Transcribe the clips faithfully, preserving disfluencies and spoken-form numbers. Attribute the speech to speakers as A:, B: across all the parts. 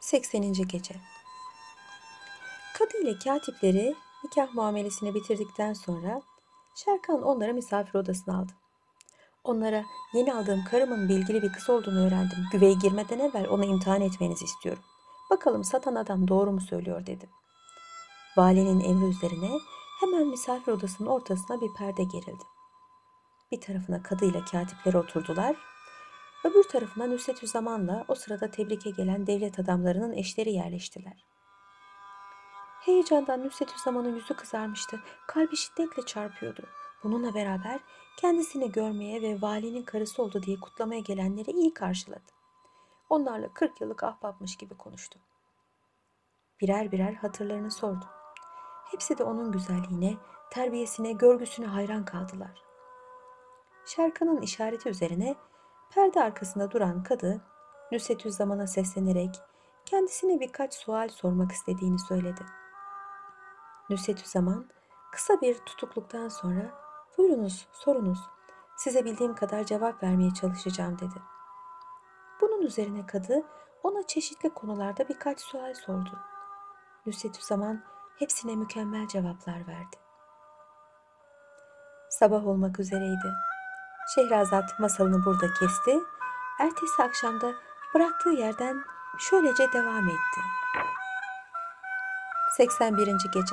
A: sekseninci. Gece. Kadı ile katipleri nikah muamelesini bitirdikten sonra Şerkan onları misafir odasına aldı. Onlara yeni aldığım karımın bilgili bir kız olduğunu öğrendim. Güveye girmeden evvel onu imtihan etmenizi istiyorum. Bakalım satan adam doğru mu söylüyor dedi. Valinin emri üzerine hemen misafir odasının ortasına bir perde gerildi. Bir tarafına kadı ile katipleri oturdular. Öbür tarafına Nusretüzzaman'la o sırada tebrike gelen devlet adamlarının eşleri yerleştiler. Heyecandan Nusretüzzaman'ın yüzü kızarmıştı. Kalbi şiddetle çarpıyordu. Bununla beraber kendisini görmeye ve valinin karısı oldu diye kutlamaya gelenleri iyi karşıladı. Onlarla kırk yıllık ahbapmış gibi konuştu. Birer birer hatırlarını sordu. Hepsi de onun güzelliğine, terbiyesine, görgüsüne hayran kaldılar. Şerkan'ın işareti üzerine perde arkasında duran kadı Nusretüzzaman'a seslenerek kendisine birkaç sual sormak istediğini söyledi. Nusretüzzaman kısa bir tutukluktan sonra "Buyurunuz, sorunuz. Size bildiğim kadar cevap vermeye çalışacağım." dedi. Bunun üzerine kadı ona çeşitli konularda birkaç sual sordu. Nusretüzzaman hepsine mükemmel cevaplar verdi. Sabah olmak üzereydi. Şehrazat masalını burada kesti. Ertesi akşamda bıraktığı yerden şöylece devam etti. seksen birinci. Gece.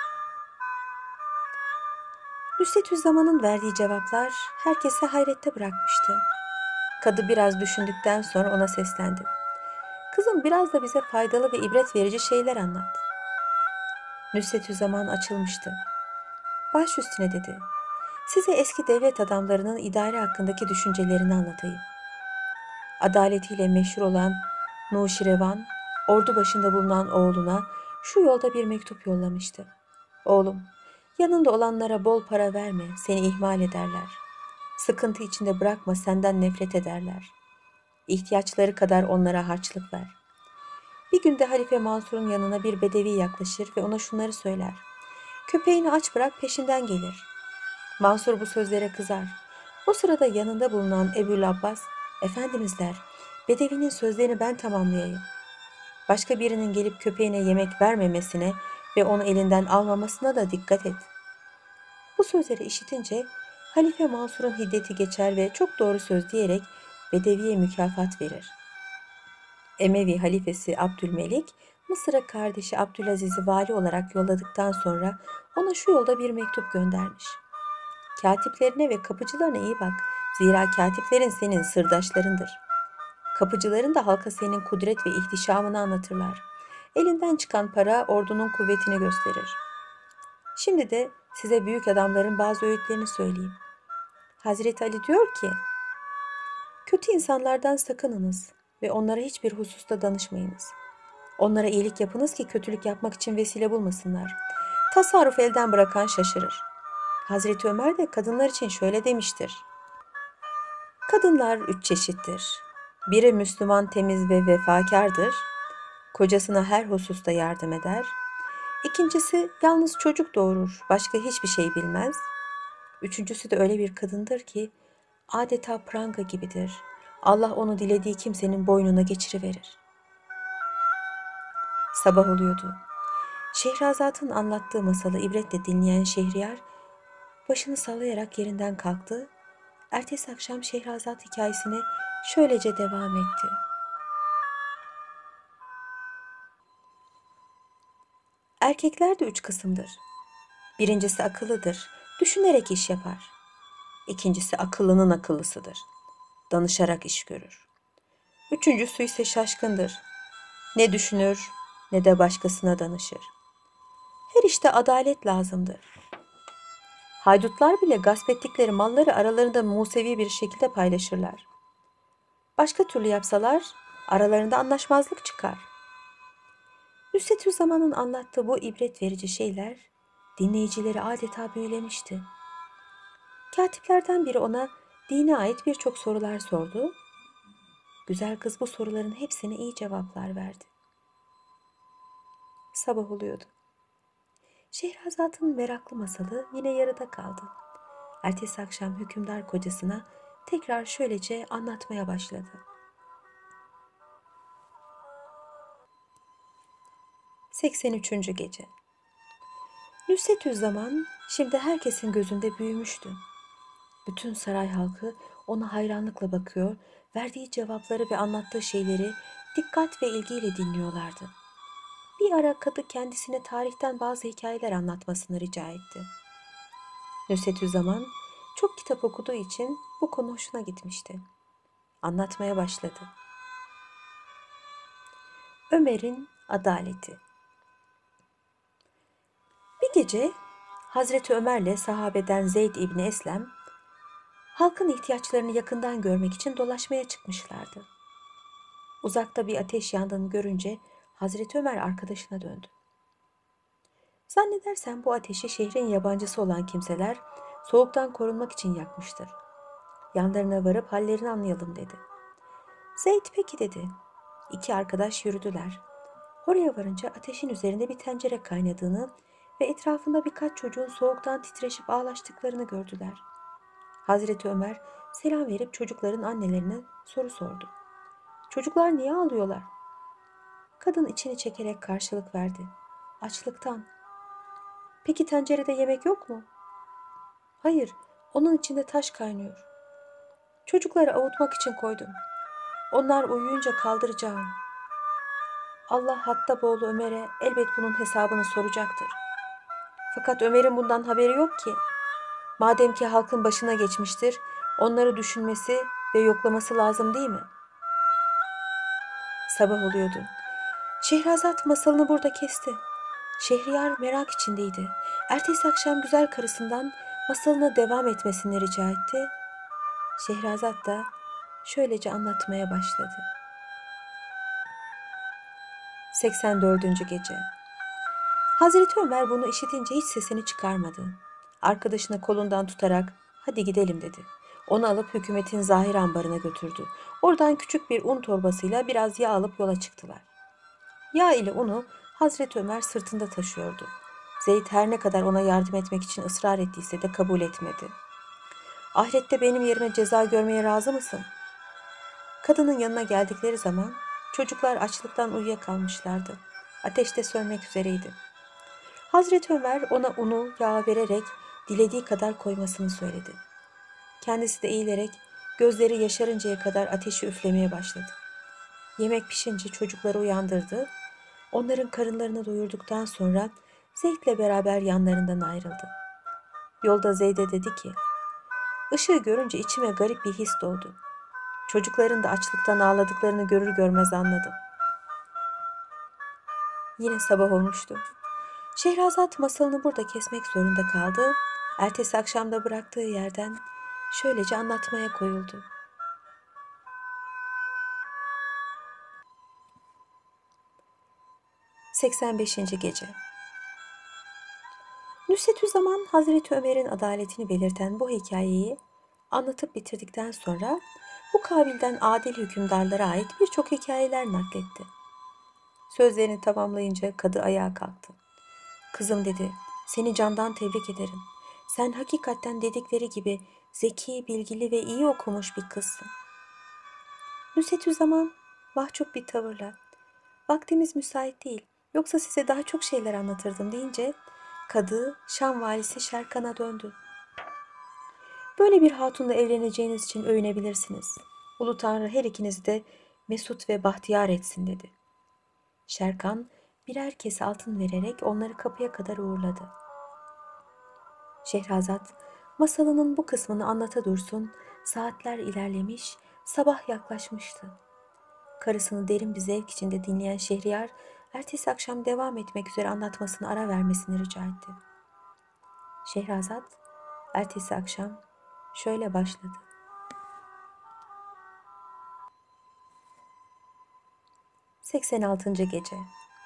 A: Nusretüzzaman'ın verdiği cevaplar herkese hayrette bırakmıştı. Kadı biraz düşündükten sonra ona seslendi. "Kızım, biraz da bize faydalı ve ibret verici şeyler anlat." Nusretüzzaman açılmıştı. "Baş üstüne," dedi. "Size eski devlet adamlarının idare hakkındaki düşüncelerini anlatayım." Adaletiyle meşhur olan Nuşirevan, ordu başında bulunan oğluna şu yolda bir mektup yollamıştı. "Oğlum, yanında olanlara bol para verme, seni ihmal ederler. Sıkıntı içinde bırakma, senden nefret ederler. İhtiyaçları kadar onlara harçlık ver." Bir günde Halife Mansur'un yanına bir bedevi yaklaşır ve ona şunları söyler. "Köpeğini aç bırak, peşinden gelir." Mansur bu sözlere kızar. O sırada yanında bulunan Ebu'l Abbas, "Efendimiz," der, "bedevinin sözlerini ben tamamlayayım. Başka birinin gelip köpeğine yemek vermemesine ve onu elinden almamasına da dikkat et." Bu sözleri işitince Halife Mansur'un hiddeti geçer ve çok doğru söz diyerek bedeviye mükafat verir. Emevi halifesi Abdülmelik, Mısır'a kardeşi Abdülaziz'i vali olarak yolladıktan sonra ona şu yolda bir mektup göndermiş. "Katiplerine ve kapıcılarına iyi bak. Zira katiplerin senin sırdaşlarındır. Kapıcıların da halka senin kudret ve ihtişamını anlatırlar. Elinden çıkan para ordunun kuvvetini gösterir. Şimdi de size büyük adamların bazı öğütlerini söyleyeyim. Hazreti Ali diyor ki, kötü insanlardan sakınınız ve onlara hiçbir hususta danışmayınız. Onlara iyilik yapınız ki kötülük yapmak için vesile bulmasınlar. Tasarruf elden bırakan şaşırır. Hazreti Ömer de kadınlar için şöyle demiştir. Kadınlar üç çeşittir. Biri Müslüman, temiz ve vefakardır. Kocasına her hususta yardım eder. İkincisi yalnız çocuk doğurur, başka hiçbir şey bilmez. Üçüncüsü de öyle bir kadındır ki adeta pranga gibidir. Allah onu dilediği kimsenin boynuna geçiriverir." Sabah oluyordu. Şehrazat'ın anlattığı masalı ibretle dinleyen Şehriyar başını sallayarak yerinden kalktı. Ertesi akşam Şehrazat hikayesine şöylece devam etti. Erkekler de üç kısımdır. Birincisi akıllıdır, düşünerek iş yapar. İkincisi akıllının akıllısıdır, danışarak iş görür. Üçüncüsü ise şaşkındır, ne düşünür ne de başkasına danışır. Her işte adalet lazımdır. Haydutlar bile gasp ettikleri malları aralarında musevi bir şekilde paylaşırlar. Başka türlü yapsalar aralarında anlaşmazlık çıkar. Nusretüzzaman'ın anlattığı bu ibret verici şeyler dinleyicileri adeta büyülemişti. Katiplerden biri ona dine ait birçok sorular sordu. Güzel kız bu soruların hepsine iyi cevaplar verdi. Sabah oluyordu. Şehrazat'ın meraklı masalı yine yarıda kaldı. Ertesi akşam hükümdar kocasına tekrar şöylece anlatmaya başladı. seksen üçüncü gece. Nusretüzzaman şimdi herkesin gözünde büyümüştü. Bütün saray halkı ona hayranlıkla bakıyor, verdiği cevapları ve anlattığı şeyleri dikkat ve ilgiyle dinliyorlardı. Bir ara kadı kendisine tarihten bazı hikayeler anlatmasını rica etti. Nusretüzzaman çok kitap okuduğu için bu konu hoşuna gitmişti. Anlatmaya başladı. Ömer'in adaleti. Bir gece Hazreti Ömer'le sahabeden Zeyd İbni Eslem halkın ihtiyaçlarını yakından görmek için dolaşmaya çıkmışlardı. Uzakta bir ateş yandığını görünce Hazreti Ömer arkadaşına döndü. Zannedersem bu ateşi şehrin yabancısı olan kimseler soğuktan korunmak için yakmıştır. Yanlarına varıp hallerini anlayalım dedi. Zeyd peki dedi. İki arkadaş yürüdüler. Oraya varınca ateşin üzerinde bir tencere kaynadığını ve etrafında birkaç çocuğun soğuktan titreşip ağlaştıklarını gördüler. Hazreti Ömer selam verip çocukların annelerine soru sordu. Çocuklar niye ağlıyorlar? Kadın içini çekerek karşılık verdi. Açlıktan. Peki tencerede yemek yok mu? Hayır, onun içinde taş kaynıyor. Çocukları avutmak için koydum. Onlar uyuyunca kaldıracağım. Allah Hattaboğlu Ömer'e elbet bunun hesabını soracaktır. Fakat Ömer'in bundan haberi yok ki. Madem ki halkın başına geçmiştir, onları düşünmesi ve yoklaması lazım değil mi? Sabah oluyordu. Şehrazat masalını burada kesti. Şehriyar merak içindeydi. Ertesi akşam güzel karısından masalına devam etmesini rica etti. Şehrazat da şöylece anlatmaya başladı. seksen dördüncü gece. Hazreti Ömer bunu işitince hiç sesini çıkarmadı. Arkadaşına kolundan tutarak hadi gidelim dedi. Onu alıp hükümetin zahir ambarına götürdü. Oradan küçük bir un torbasıyla biraz yağ alıp yola çıktılar. Yağ ile unu Hazreti Ömer sırtında taşıyordu. Zeyd her ne kadar ona yardım etmek için ısrar ettiyse de kabul etmedi. Ahirette benim yerime ceza görmeye razı mısın? Kadının yanına geldikleri zaman çocuklar açlıktan uyuyakalmışlardı. Ateş de sönmek üzereydi. Hazreti Ömer ona unu yağa vererek dilediği kadar koymasını söyledi. Kendisi de eğilerek gözleri yaşarıncaya kadar ateşi üflemeye başladı. Yemek pişince çocukları uyandırdı. Onların karınlarını doyurduktan sonra Zeyd'le beraber yanlarından ayrıldı. Yolda Zeyd'e dedi ki, ışığı görünce içime garip bir his doğdu. Çocukların da açlıktan ağladıklarını görür görmez anladım. Yine sabah olmuştu. Şehrazat masalını burada kesmek zorunda kaldı. Ertesi akşamda bıraktığı yerden şöylece anlatmaya koyuldu. seksen beşinci gece. Nusretüzzaman Hazreti Ömer'in adaletini belirten bu hikayeyi anlatıp bitirdikten sonra bu kabilden adil hükümdarlara ait birçok hikayeler nakletti. Sözlerini tamamlayınca kadı ayağa kalktı. Kızım dedi, seni candan tebrik ederim. Sen hakikaten dedikleri gibi zeki, bilgili ve iyi okumuş bir kızsın. Nusretüzzaman mahcup bir tavırla, vaktimiz müsait değil, yoksa size daha çok şeyler anlatırdım deyince kadı Şam valisi Şerkan'a döndü. Böyle bir hatunla evleneceğiniz için övünebilirsiniz. Ulu Tanrı her ikinizi de mesut ve bahtiyar etsin dedi. Şerkan birer kese altın vererek onları kapıya kadar uğurladı. Şehrazat masalının bu kısmını anlata dursun, saatler ilerlemiş, sabah yaklaşmıştı. Karısını derin bir zevk içinde dinleyen Şehriyar, ertesi akşam devam etmek üzere anlatmasını ara vermesini rica etti. Şehrazat, ertesi akşam şöyle başladı. seksen altıncı gece.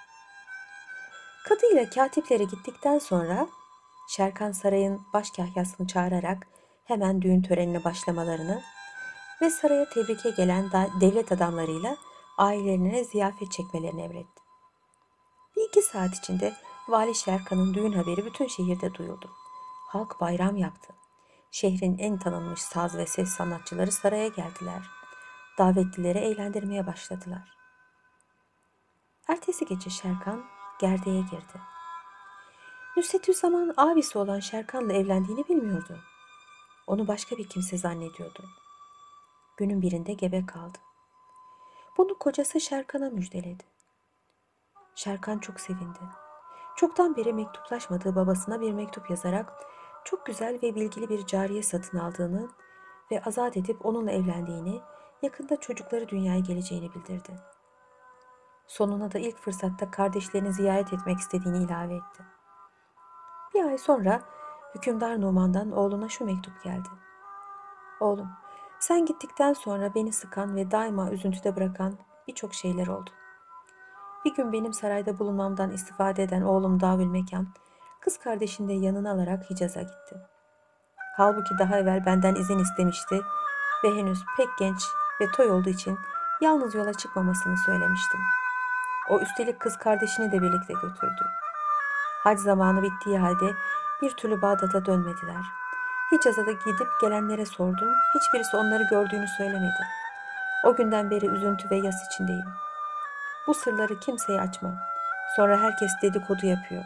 A: Kadı ile katipleri gittikten sonra Şerkan sarayın baş kahyasını çağırarak hemen düğün törenine başlamalarını ve saraya tebrike gelen devlet adamlarıyla ailelerine ziyafet çekmelerini emretti. Bir iki saat içinde Vali Şerkan'ın düğün haberi bütün şehirde duyuldu. Halk bayram yaptı. Şehrin en tanınmış saz ve ses sanatçıları saraya geldiler. Davetlileri eğlendirmeye başladılar. Ertesi gece Şerkan gerdeğe girdi. Nusretüzzaman abisi olan Şerkan'la evlendiğini bilmiyordu. Onu başka bir kimse zannediyordu. Günün birinde gebe kaldı. Bunu kocası Şerkan'a müjdeledi. Şerkan çok sevindi. Çoktan beri mektuplaşmadığı babasına bir mektup yazarak çok güzel ve bilgili bir cariye satın aldığını ve azat edip onunla evlendiğini, yakında çocukları dünyaya geleceğini bildirdi. Sonuna da ilk fırsatta kardeşlerini ziyaret etmek istediğini ilave etti. Bir ay sonra hükümdar Numan'dan oğluna şu mektup geldi. Oğlum, sen gittikten sonra beni sıkan ve daima üzüntüde bırakan birçok şeyler oldu. Bir gün benim sarayda bulunmamdan istifade eden oğlum Davülmekan, kız kardeşini de yanına alarak Hicaz'a gitti. Halbuki daha evvel benden izin istemişti ve henüz pek genç ve toy olduğu için yalnız yola çıkmamasını söylemiştim. O üstelik kız kardeşini de birlikte götürdü. Hac zamanı bittiği halde bir türlü Bağdat'a dönmediler. Hicaz'a da gidip gelenlere sordum. Hiçbirisi onları gördüğünü söylemedi. O günden beri üzüntü ve yas içindeyim. Bu sırları kimseye açma. Sonra herkes dedikodu yapıyor.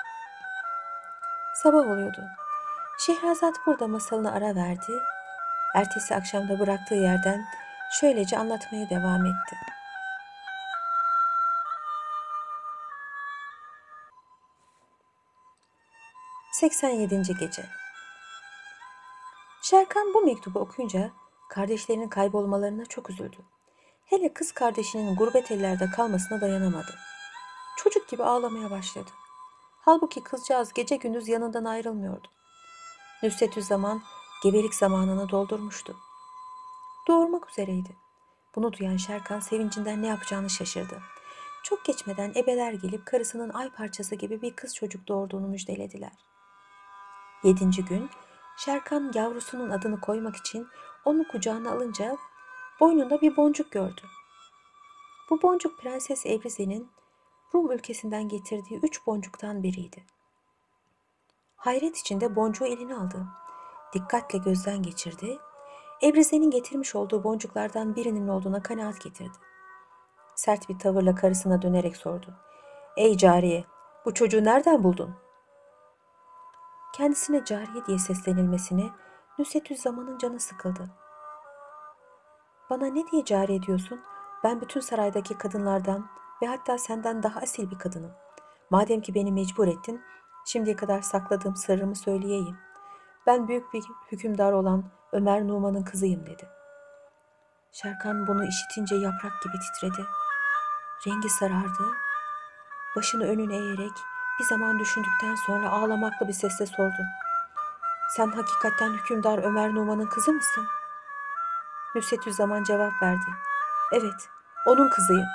A: Sabah oluyordu. Şehrazat burada masalına ara verdi. Ertesi akşamda bıraktığı yerden şöylece anlatmaya devam etti. seksen yedinci Gece. Şerkan bu mektubu okuyunca kardeşlerinin kaybolmalarına çok üzüldü. Hele kız kardeşinin gurbet ellerde kalmasına dayanamadı. Çocuk gibi ağlamaya başladı. Halbuki kızcağız gece gündüz yanından ayrılmıyordu. Nusretüzzaman gebelik zamanını doldurmuştu. Doğurmak üzereydi. Bunu duyan Şerkan sevincinden ne yapacağını şaşırdı. Çok geçmeden ebeler gelip karısının ay parçası gibi bir kız çocuk doğurduğunu müjdelediler. Yedinci gün Şerkan yavrusunun adını koymak için onu kucağına alınca boynunda bir boncuk gördü. Bu boncuk Prenses Evrize'nin Rum ülkesinden getirdiği üç boncuktan biriydi. Hayret içinde boncuğu eline aldı. Dikkatle gözden geçirdi. Evrize'nin getirmiş olduğu boncuklardan birinin olduğuna kanaat getirdi. Sert bir tavırla karısına dönerek sordu. Ey cariye, bu çocuğu nereden buldun? Kendisine cariye diye seslenilmesine Nusretüzzaman'ın canı sıkıldı. Bana ne diye cariye diyorsun? Ben bütün saraydaki kadınlardan ve hatta senden daha asil bir kadınım. Madem ki beni mecbur ettin, şimdiye kadar sakladığım sırrımı söyleyeyim. Ben büyük bir hükümdar olan Ömer Numan'ın kızıyım dedi. Şerkan bunu işitince yaprak gibi titredi. Rengi sarardı. Başını önüne eğerek bir zaman düşündükten sonra ağlamaklı bir sesle sordu. Sen hakikaten hükümdar Ömer Numan'ın kızı mısın? Nusretüzzaman cevap verdi. Evet, onun kızıyım.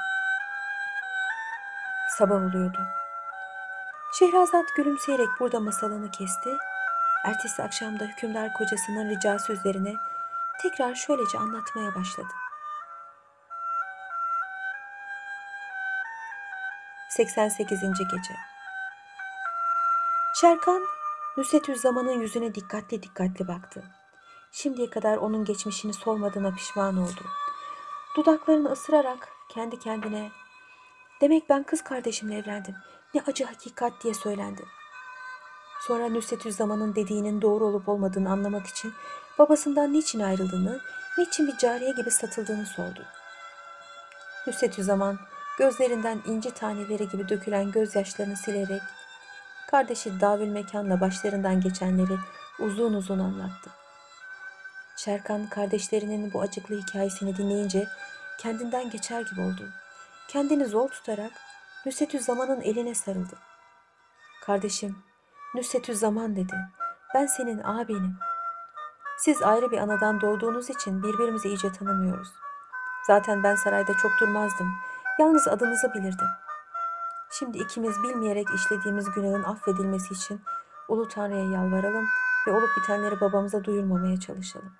A: Sabah oluyordu. Şehrazat gülümseyerek burada masalını kesti. Ertesi akşamda hükümdar kocasının ricası üzerine tekrar şöylece anlatmaya başladı. seksen sekizinci Gece. Şerkan, Nusretüzzaman'ın yüzüne dikkatli dikkatli baktı. Şimdiye kadar onun geçmişini sormadığına pişman oldu. Dudaklarını ısırarak kendi kendine, demek ben kız kardeşimle evlendim, ne acı hakikat diye söylendi. Sonra Nusretüzzaman'ın dediğinin doğru olup olmadığını anlamak için babasından niçin ayrıldığını, niçin bir cariye gibi satıldığını sordu. Nusretüzzaman gözlerinden inci taneleri gibi dökülen gözyaşlarını silerek kardeşi Davülmekan'la başlarından geçenleri uzun uzun anlattı. Şerkan kardeşlerinin bu acıklı hikayesini dinleyince kendinden geçer gibi oldu. Kendini zor tutarak Nusretüzzaman'ın eline sarıldı. Kardeşim, Nusretüzzaman dedi. Ben senin ağabenim. Siz ayrı bir anadan doğduğunuz için birbirimizi iyice tanımıyoruz. Zaten ben sarayda çok durmazdım. Yalnız adınızı bilirdim. Şimdi ikimiz bilmeyerek işlediğimiz günahın affedilmesi için Ulu Tanrı'ya yalvaralım ve olup bitenleri babamıza duyurmamaya çalışalım.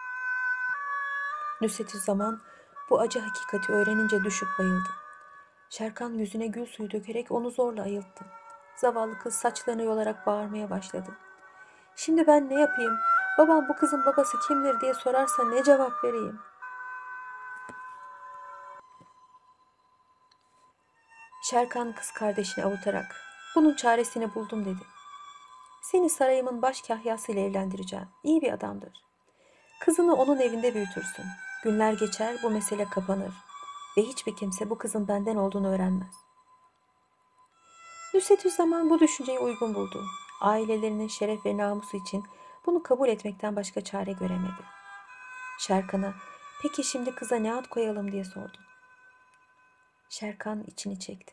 A: Nusretüzzaman bu acı hakikati öğrenince düşüp bayıldı. Şerkan yüzüne gül suyu dökerek onu zorla ayılttı. Zavallı kız saçlarını yolarak bağırmaya başladı. Şimdi ben ne yapayım? Babam bu kızın babası kimdir diye sorarsa ne cevap vereyim? Şerkan kız kardeşini avutarak bunun çaresini buldum dedi. Seni sarayımın baş kahyasıyla evlendireceğim. İyi bir adamdır. Kızını onun evinde büyütürsün. Günler geçer, bu mesele kapanır ve hiçbir kimse bu kızın benden olduğunu öğrenmez. Nusretüzzaman bu düşünceyi uygun buldu. Ailelerinin şeref ve namusu için bunu kabul etmekten başka çare göremedi. Şerkan'a peki şimdi kıza ne ad koyalım diye sordu. Şerkan içini çekti.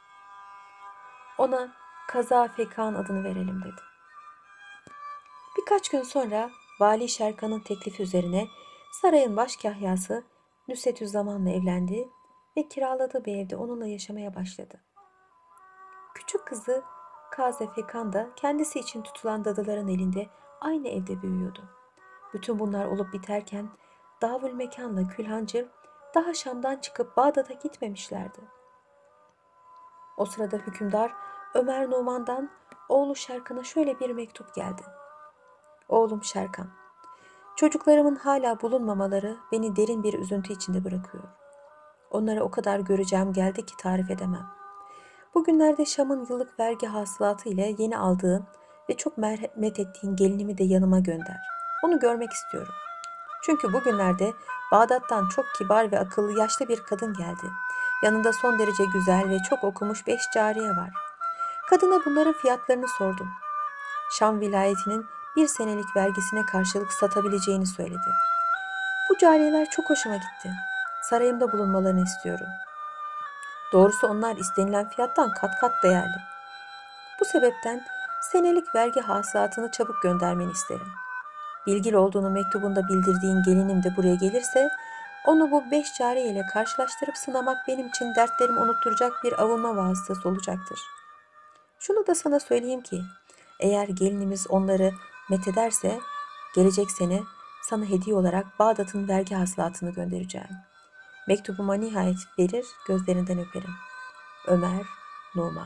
A: Ona Kaza Fekan adını verelim dedi. Birkaç gün sonra Vali Şerkan'ın teklifi üzerine sarayın baş kahyası Nusretüzzaman'la evlendi ve kiraladığı bir evde onunla yaşamaya başladı. Küçük kızı Kaze Fekan da kendisi için tutulan dadıların elinde aynı evde büyüyordu. Bütün bunlar olup biterken Davülmekan'la Külhancı daha Şam'dan çıkıp Bağdat'a gitmemişlerdi. O sırada hükümdar Ömer Numan'dan oğlu Şerkan'a şöyle bir mektup geldi. Oğlum Şerkan, çocuklarımın hala bulunmamaları beni derin bir üzüntü içinde bırakıyor. Onları o kadar göreceğim geldi ki tarif edemem. Bugünlerde Şam'ın yıllık vergi hasılatı ile yeni aldığın ve çok merhamet ettiğin gelinimi de yanıma gönder. Onu görmek istiyorum. Çünkü bugünlerde Bağdat'tan çok kibar ve akıllı yaşlı bir kadın geldi. Yanında son derece güzel ve çok okumuş beş cariye var. Kadına bunların fiyatlarını sordum. Şam vilayetinin bir senelik vergisine karşılık satabileceğini söyledi. Bu cariyeler çok hoşuma gitti. Sarayımda bulunmalarını istiyorum. Doğrusu onlar istenilen fiyattan kat kat değerli. Bu sebepten senelik vergi hasılatını çabuk göndermeni isterim. Bilgili olduğunu mektubunda bildirdiğin gelinim de buraya gelirse onu bu beş cariye ile karşılaştırıp sınamak benim için dertlerimi unutturacak bir avunma vasıtası olacaktır. Şunu da sana söyleyeyim ki eğer gelinimiz onları methederse gelecek sene sana hediye olarak Bağdat'ın vergi hasılatını göndereceğim. Mektubuma nihayet verir, gözlerinden öperim. Ömer Numan.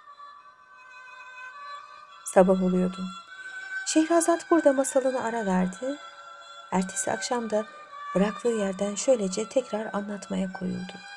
A: Sabah oluyordu. Şehrazat burada masalını ara verdi. Ertesi akşam da bıraktığı yerden şöylece tekrar anlatmaya koyuldu.